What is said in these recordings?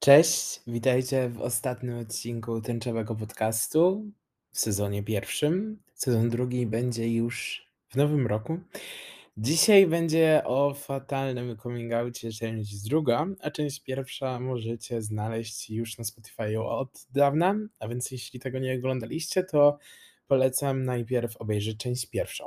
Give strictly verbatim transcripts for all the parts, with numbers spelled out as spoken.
Cześć, witajcie w ostatnim odcinku tęczowego podcastu w sezonie pierwszym. Sezon drugi będzie już w nowym roku. Dzisiaj będzie o fatalnym coming oucie część druga, a część pierwsza możecie znaleźć już na Spotify'u od dawna, a więc jeśli tego nie oglądaliście, to polecam najpierw obejrzeć część pierwszą.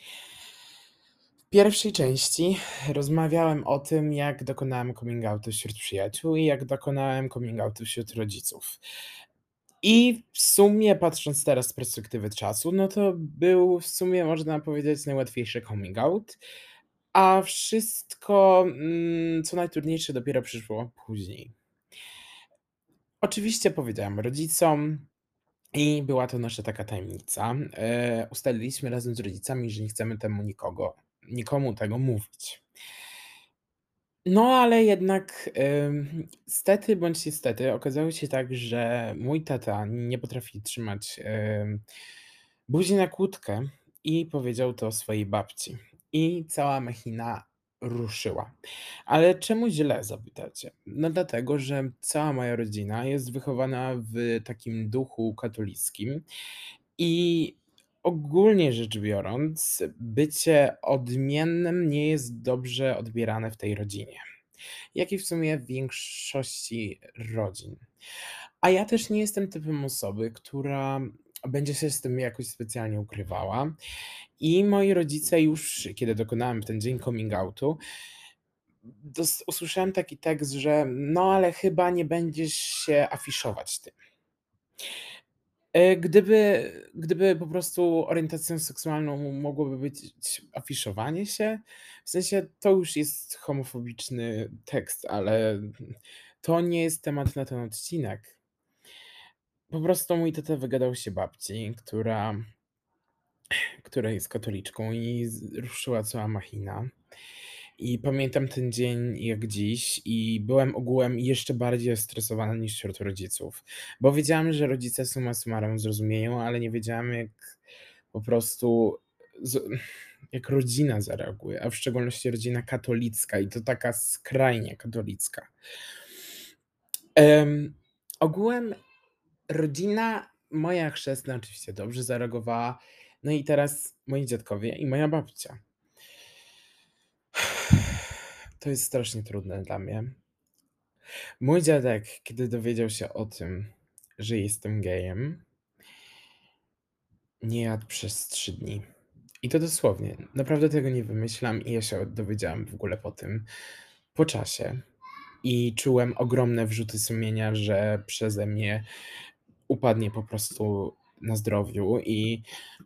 W pierwszej części rozmawiałem o tym, jak dokonałem coming outu wśród przyjaciół i jak dokonałem coming outu wśród rodziców. I w sumie, patrząc teraz z perspektywy czasu, no to był w sumie, można powiedzieć, najłatwiejszy coming out, a wszystko, mm, co najtrudniejsze dopiero przyszło później. Oczywiście powiedziałem rodzicom i była to nasza taka tajemnica. Eee, ustaliliśmy razem z rodzicami, że nie chcemy temu nikogo nikomu tego mówić. No, ale jednak, ym, stety bądź niestety okazało się tak, że mój tata nie potrafi trzymać, ym, buzi na kłódkę i powiedział to swojej babci. I cała machina ruszyła. Ale czemu źle, zapytacie? No dlatego, że cała moja rodzina jest wychowana w takim duchu katolickim i ogólnie rzecz biorąc, bycie odmiennym nie jest dobrze odbierane w tej rodzinie, jak i w sumie w większości rodzin. A ja też nie jestem typem osoby, która będzie się z tym jakoś specjalnie ukrywała i moi rodzice już, kiedy dokonałem w ten dzień coming outu, dos usłyszałem taki tekst, że: „No, ale chyba nie będziesz się afiszować tym”. E, gdyby gdyby po prostu orientacją seksualną mogłoby być afiszowanie się, w sensie to już jest homofobiczny tekst, ale to nie jest temat na ten odcinek. Po prostu mój tata wygadał się babci, która która jest katoliczką i z ruszyła cała machina. I pamiętam ten dzień jak dziś i byłem ogółem jeszcze bardziej zestresowany niż wśród rodziców, bo wiedziałem, że rodzice summa summarum zrozumieją, ale nie wiedziałem jak po prostu z jak rodzina zareaguje, a w szczególności rodzina katolicka i to taka skrajnie katolicka. Em, ogółem rodzina moja chrzestna oczywiście dobrze zareagowała, no i teraz moi dziadkowie i moja babcia. To jest strasznie trudne dla mnie. Mój dziadek, kiedy dowiedział się o tym, że jestem gejem nie jadł przez trzy dni. I to dosłownie. Naprawdę tego nie wymyślam i ja się dowiedziałem w ogóle po tym, po czasie. I czułem ogromne wyrzuty sumienia, że przeze mnie upadnie po prostu na zdrowiu i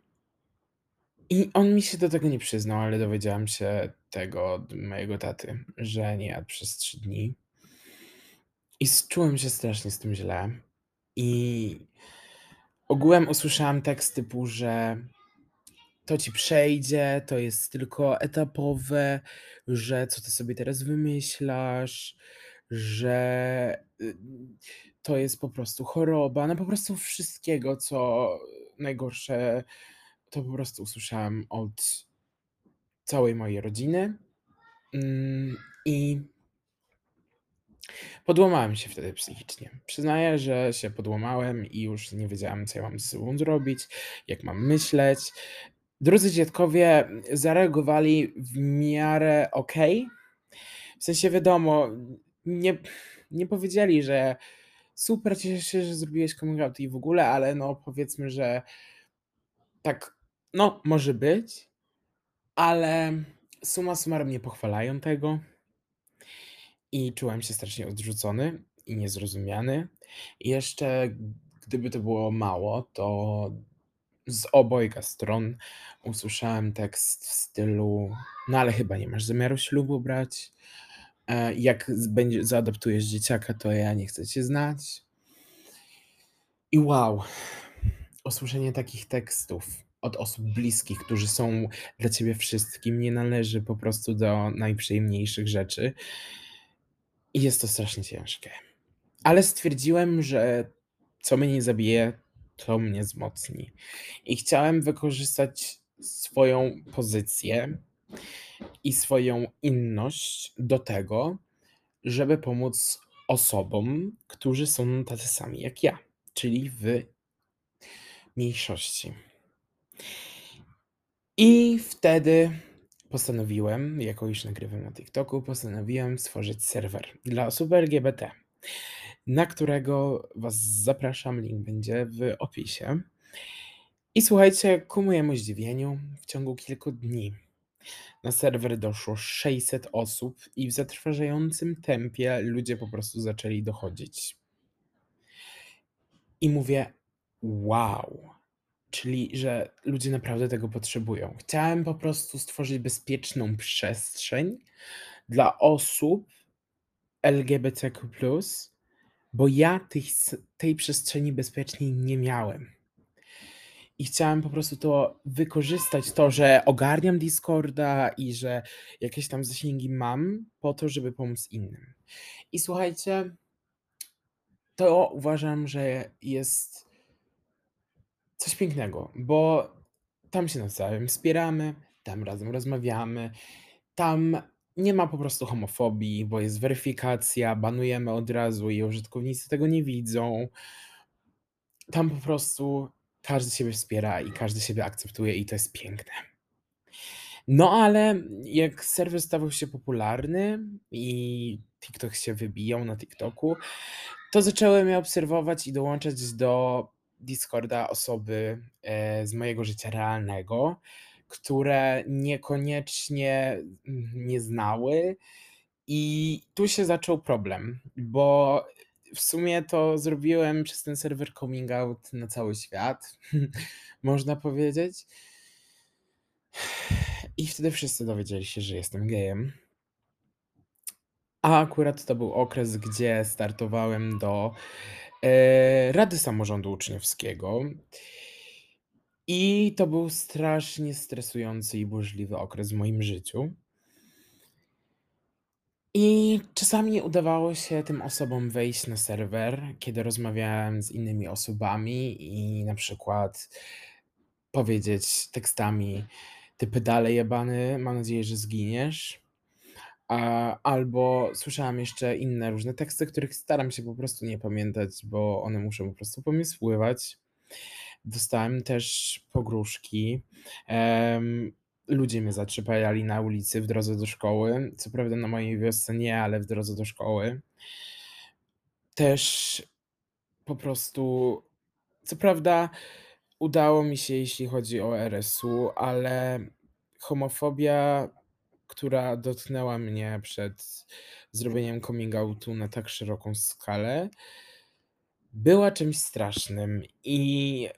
i on mi się do tego nie przyznał, ale dowiedziałem się tego od mojego taty, że nie jadł przez trzy dni. I s czułem się strasznie z tym źle. I ogółem usłyszałem tekst typu, że to ci przejdzie, to jest tylko etapowe, że co ty sobie teraz wymyślasz, że, y, to jest po prostu choroba. No po prostu wszystkiego, co najgorsze, to po prostu usłyszałem od całej mojej rodziny. Hm, i podłamałem się wtedy psychicznie. Przyznaję, że się podłamałem i już nie wiedziałem, co ja mam ze sobą zrobić, jak mam myśleć. Drudzy dziadkowie zareagowali w miarę okej. W sensie wiadomo, nie nie powiedzieli, że super, cieszę się, że zrobiłeś coming out i w ogóle, ale no powiedzmy, że tak, no może być, ale summa summarum nie pochwalają tego. I czułem się strasznie odrzucony i niezrozumiany. I jeszcze gdyby to było mało, to z obojga stron usłyszałem tekst w stylu: „No ale chyba nie masz zamiaru ślubu brać, e, jak z będzie zaadoptujesz dzieciaka, to ja nie chcę cię znać”. I wow, usłyszenie takich tekstów od osób bliskich, którzy są dla ciebie wszystkim, nie należy po prostu do najprzyjemniejszych rzeczy. I jest to strasznie ciężkie. Ale stwierdziłem, że co mnie nie zabije, to mnie wzmocni. I chciałem wykorzystać swoją pozycję i swoją inność do tego, żeby pomóc osobom, którzy są tacy sami jak ja, czyli w mniejszości. I wtedy postanowiłem, jako iż nagrywam na TikToku, postanowiłem stworzyć serwer dla osób L G B T, na którego was zapraszam, link będzie w opisie. I słuchajcie, ku mojemu zdziwieniu, w ciągu kilku dni na serwer doszło sześćset osób i w zatrważającym tempie ludzie po prostu zaczęli dochodzić. I mówię: "Wow!" Czyli, że ludzie naprawdę tego potrzebują. Chciałem po prostu stworzyć bezpieczną przestrzeń dla osób L G B T Q plus, bo ja tych s tej przestrzeni bezpiecznej nie miałem. I chciałem po prostu to wykorzystać, to, że ogarniam Discorda i że jakieś tam zasięgi mam, po to, żeby pomóc innym. I słuchajcie, to uważam, że jest coś pięknego, bo tam się nawzajem wspieramy, tam razem rozmawiamy, tam nie ma po prostu homofobii, bo jest weryfikacja, banujemy od razu i użytkownicy tego nie widzą. Tam po prostu każdy siebie wspiera i każdy siebie akceptuje i to jest piękne. No ale jak serwer stawał się popularny i TikTok się wybijał na TikToku, to zacząłem je obserwować i dołączać do Discorda osoby, e, z mojego życia realnego, które niekoniecznie mnie znały. I tu się zaczął problem, bo w sumie to zrobiłem przez ten serwer coming out na cały świat, można powiedzieć. I wtedy wszyscy dowiedzieli się, że jestem gejem. A akurat to był okres, gdzie startowałem do, eee, Rady Samorządu Uczniowskiego. I to był strasznie stresujący i burzliwy okres w moim życiu. I czasami udawało się tym osobom wejść na serwer, kiedy rozmawiałem z innymi osobami i na przykład powiedzieć tekstami: „Ty pedale jebany, mam nadzieję, że zginiesz”, a, albo słyszałem jeszcze inne różne teksty, których staram się po prostu nie pamiętać, bo one muszą po prostu po mnie spływać. Dostałem też pogróżki, em, ludzie mnie zatrzepajali na ulicy w drodze do szkoły. Co prawda na mojej wiosce nie, ale w drodze do szkoły. Też po prostu co prawda udało mi się, jeśli chodzi o R S U, ale homofobia, która dotknęła mnie przed zrobieniem coming outu na tak szeroką skalę, była czymś strasznym i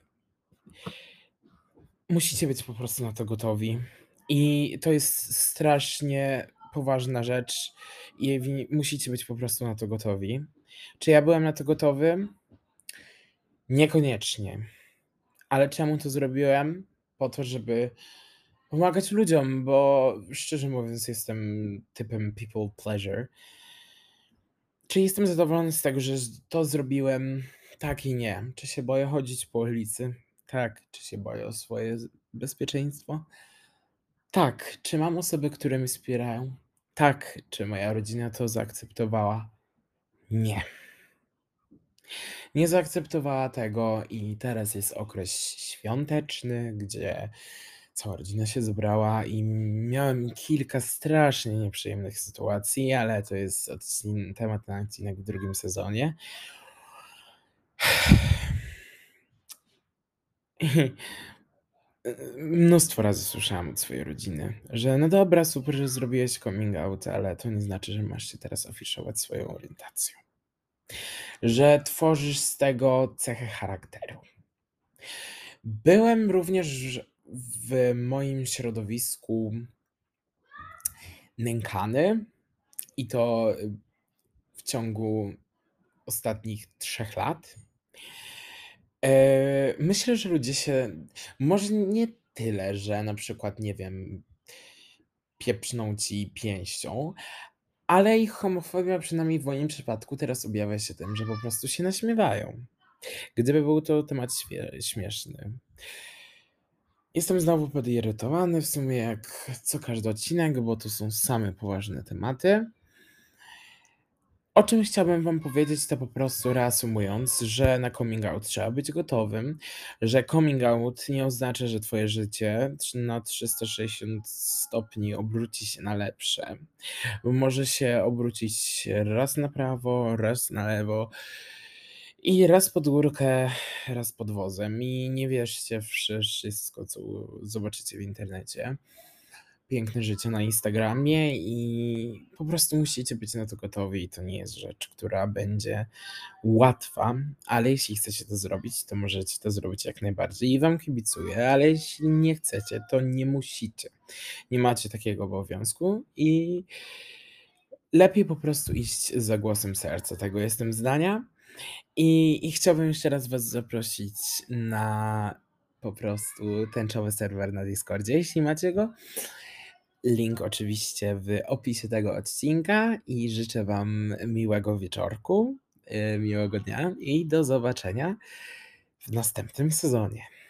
musicie być po prostu na to gotowi. I to jest strasznie poważna rzecz i wi musicie być po prostu na to gotowi. Czy ja byłem na to gotowy? Niekoniecznie. Ale czemu to zrobiłem? Po to, żeby pomagać ludziom, bo szczerze mówiąc jestem typem people pleasure. Czy jestem zadowolony z tego, że z to zrobiłem? Tak i nie. Czy się boję chodzić po ulicy? Tak. Czy się boję o swoje z bezpieczeństwo? Tak. Czy mam osoby, które mnie wspierają? Tak. Czy moja rodzina to zaakceptowała? Nie. Nie zaakceptowała tego i teraz jest okres świąteczny, gdzie cała rodzina się zebrała i miałem kilka strasznie nieprzyjemnych sytuacji, ale to jest odcin temat na odcinek w drugim sezonie. Mnóstwo razy słyszałem od swojej rodziny, że no dobra, super, że zrobiłeś coming out, ale to nie znaczy, że masz się teraz afiszować swoją orientacją. Że tworzysz z tego cechę charakteru. Byłem również w moim środowisku nękany i to w ciągu ostatnich trzech lat. Eee, myślę, że ludzie się może nie tyle, że na przykład, nie wiem pieprzną ci pięścią, ale ich homofobia, przynajmniej w moim przypadku, teraz objawia się tym, że po prostu się naśmiewają. Gdyby był to temat świe śmieszny. Jestem znowu podirytowany, w sumie jak co każdy odcinek, bo to są same poważne tematy. O czym chciałbym wam powiedzieć, to po prostu reasumując, że na coming out trzeba być gotowym, że coming out nie oznacza, że twoje życie trz na trzysta sześćdziesiąt stopni obróci się na lepsze, bo może się obrócić raz na prawo, raz na lewo i raz pod górkę, raz pod wozem. I nie wierzcie w wszy wszystko, co zobaczycie w internecie. Piękne życie na Instagramie i po prostu musicie być na to gotowi i to nie jest rzecz, która będzie łatwa, ale jeśli chcecie to zrobić, to możecie to zrobić jak najbardziej i wam kibicuję, ale jeśli nie chcecie, to nie musicie. Nie macie takiego obowiązku i lepiej po prostu iść za głosem serca, tego jestem zdania. I i chciałbym jeszcze raz was zaprosić na po prostu tęczowy serwer na Discordzie, jeśli macie go. Link oczywiście w opisie tego odcinka i życzę wam miłego wieczorku, yy, miłego dnia i do zobaczenia w następnym sezonie.